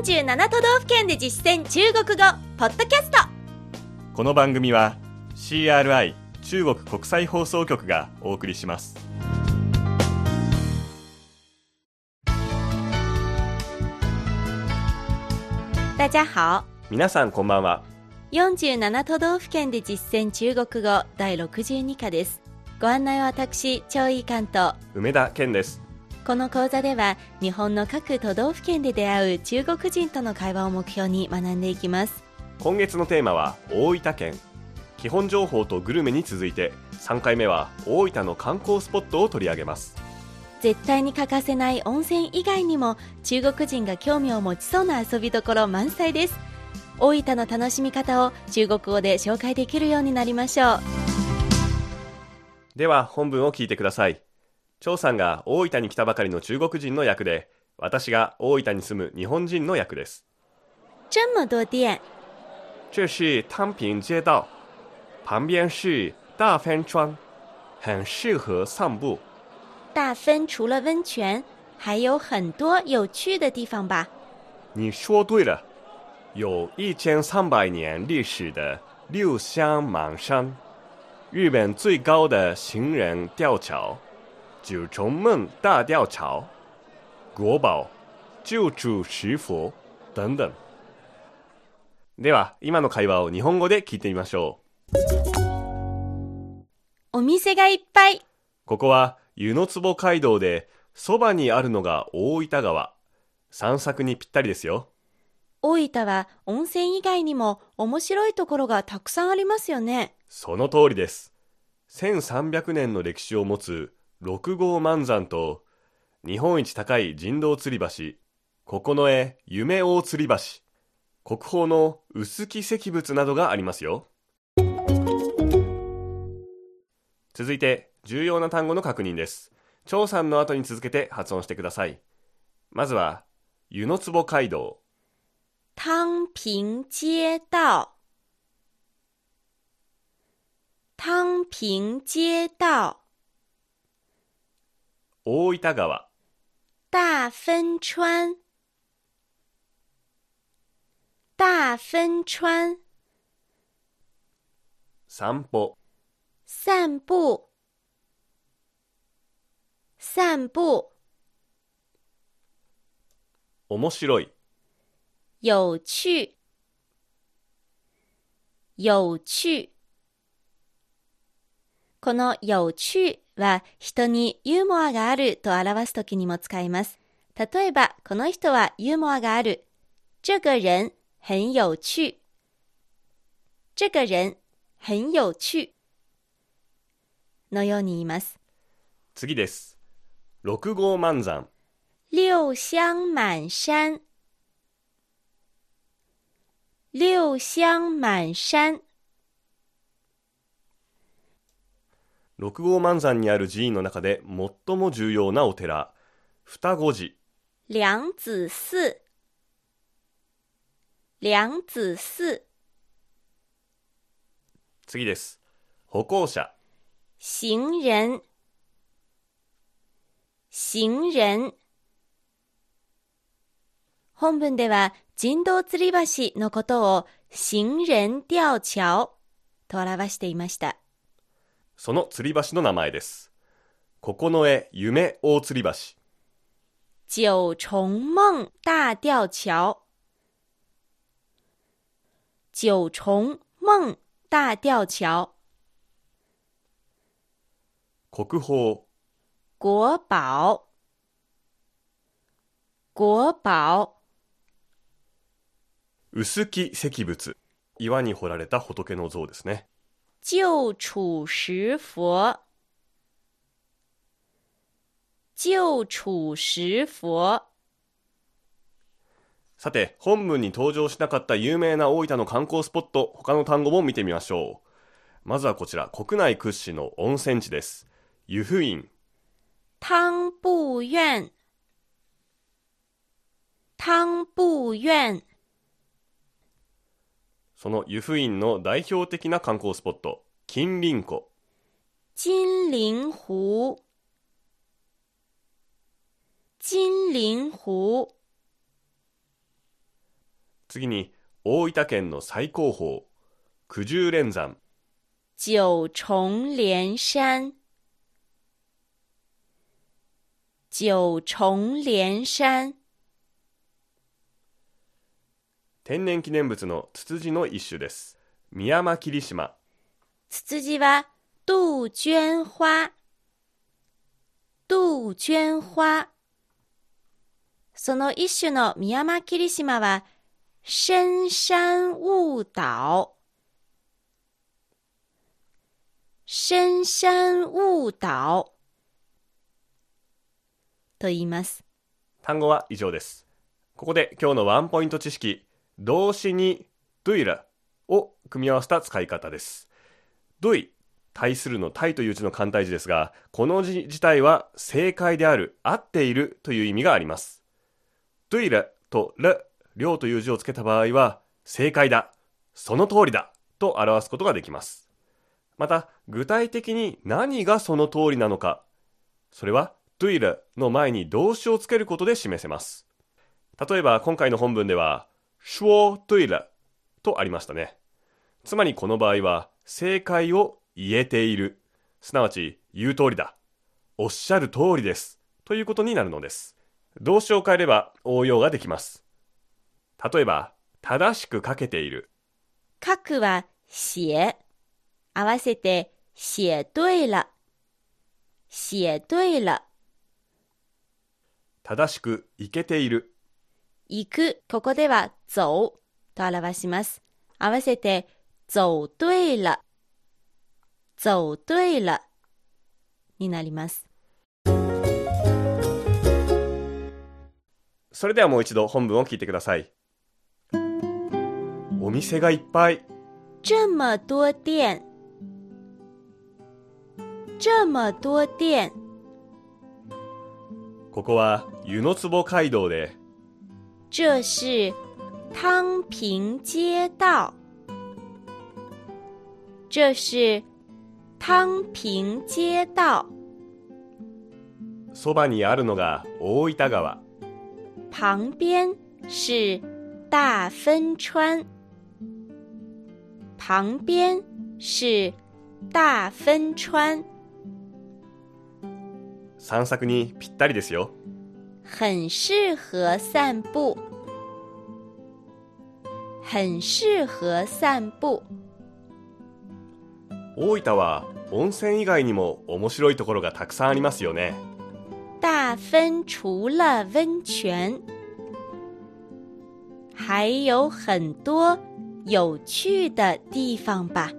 47都道府県で実践中国語ポッドキャスト。 この番組は CRI 中国国際放送局がお送りします。 大家好。 皆さんこんばんは。 47都道府県で実践中国語第62課です。ご案内は私、張井監と梅田健です。 この講座では日本の各都道府県で出会う中国人との会話を目標に学んでいきます。 今月のテーマは大分県。基本情報とグルメに続いて3回目は大分の観光スポットを取り上げます。 絶対に欠かせない温泉以外にも中国人が興味を持ちそうな遊びどころ満載です。大分の楽しみ方を中国語で紹介できるようになりましょう。 では本文を聞いてください。張さんが大分に来たばかりの中国人の役で、私が大分に住む日本人の役です。 这么多店。 这是汤平街道，旁边是大芬川，很适合散步。 大芬除了温泉，还有很多有趣的地方吧？ 你说对了，有1300年历史的六香满山，日本最高的行人吊桥。九重门大吊橋、国寶、救主石佛等等。では今の会話を日本語で聞いてみましょう。お店がいっぱい。 ここは湯の坪街道で、そばにあるのが大分川。散策にぴったりですよ。 大分は温泉以外にも面白いところがたくさんありますよね。 その通りです。1300年の歴史を持つ六号満山と、日本一高い人道吊り橋、九重夢大吊り橋、国宝の臼杵石仏などがありますよ。続いて重要な単語の確認です。張さんの後に続けて発音してください。まずは湯の坪街道、 湯平街道、湯平街道。 大分川、 大芬川、大芬川。 散歩、 散步、散步。 面白い、 有趣、有趣。この有趣は人にユーモアがあると表すときにも使います。例えば、この人はユーモアがある。这个人很有趣。这个人很有趣のように言います。 次です。六号満山、 六香滿山、六香滿山。 六号満山にある寺院の中で最も重要なお寺、双子寺、 梁子寺、梁子寺。 次です。歩行者、 行人、行人。本文では人道吊り橋のことを行人吊橋と表していました。 その吊り橋の名前です。九重夢大吊り橋、 九重門大吊橋、九重門大吊橋。 国宝、 國寶、國寶。 臼杵石仏、岩に彫られた仏の像ですね。 救主石佛、救主石佛。 さて、本文に登場しなかった有名な大分の観光スポット、他の単語も見てみましょう。まずはこちら、国内屈指の温泉地です。湯布院、 湯布院、湯布院。 その湯布院の代表的な観光スポット、金鱗湖、 金鱗湖、金鱗湖。 次に大分県の最高峰、九十連山。 九重連山。九重連山。 天然記念物のツツジの一種です。ミヤマキリシマ。 ツツジは杜鹃花。杜鹃花。その一種のミヤマキリシマは深山雾岛。深山雾島と言います。 単語は以上です。ここで今日のワンポイント知識、動詞にドゥイラを組み合わせた使い方です。ドゥイ、対するの対という字の簡体字ですが、この字自体は正解である、合っているという意味があります。ドゥイラとラ、両という字をつけた場合は、正解だ、その通りだと表すことができます。また、具体的に何がその通りなのか、それはドゥイラの前に動詞をつけることで示せます。例えば今回の本文では说对了とありましたね。つまりこの場合は正解を言えている、すなわち言う通りだ、おっしゃる通りですということになるのです。動詞を変えれば応用ができます。例えば正しく書けている。 書くは写、合わせて写对了。写对了。 正しく行けている。 行く、ここでは走と表します。合わせて走对了。走对了になります。 それではもう一度本文を聞いてください。お店がいっぱい。 这么多店。这么多店。 ここは湯の坪街道で。 这是汤平街道。这是汤平街道。 そばにあるのが大分川。 旁边是大分川。旁边是大分川。 散策にぴったりですよ。 很适合散步。很适合散步。 大分は温泉以外にも面白いところがたくさんありますよね。 大分除了温泉，还有很多有趣的地方吧。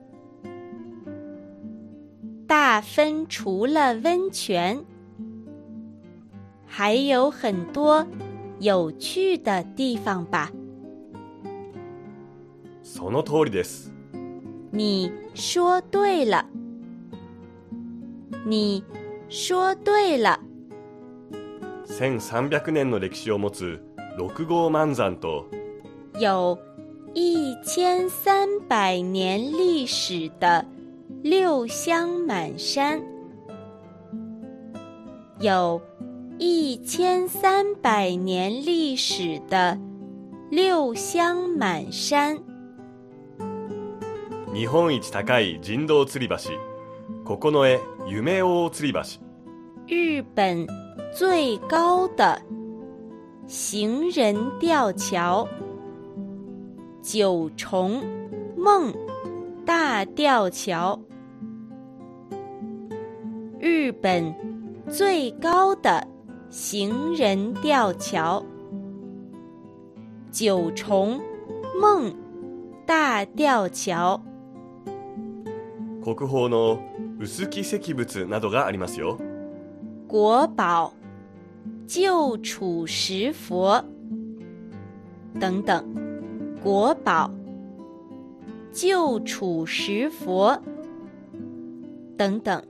大分除了温泉，还有很多有趣的地方吧。 その通りです。 你说对了。你说对了。 1300年の歴史を持つ六号満山と有1300年历史的六香满山。有1300年历史的六香满山。 日本一高い人道吊り橋、九重夢大吊り橋。 日本最高的行人吊桥，九重梦大吊桥。日本最高的行人吊桥，九重梦大吊橋。 国宝の臼杵石仏などがありますよ。 国宝、旧楚石佛等等。国宝、旧楚石佛等等。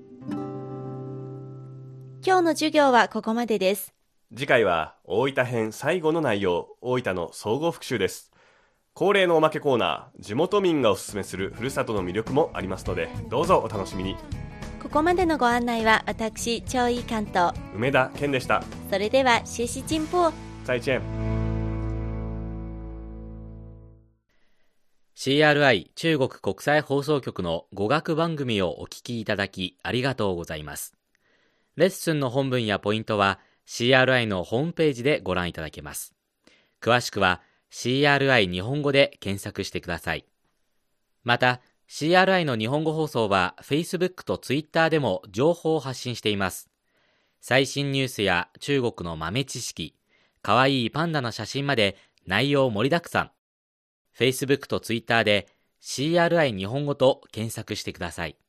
今日の授業はここまでです。 次回は大分編最後の内容、大分の総合復習です。恒例のおまけコーナー、地元民がおすすめするふるさとの魅力もありますので、どうぞお楽しみに。 ここまでのご案内は私、張井関と梅田健でした。 それでは学習進歩。 再见。 CRI 中国国際放送局の語学番組をお聞きいただきありがとうございます。レッスンの本文やポイントは CRI のホームページでご覧いただけます。詳しくは CRI 日本語で検索してください。また、CRI の日本語放送は Facebook と Twitter でも情報を発信しています。最新ニュースや中国の豆知識、かわいいパンダの写真まで内容盛りだくさん。Facebook と Twitter で CRI 日本語と検索してください。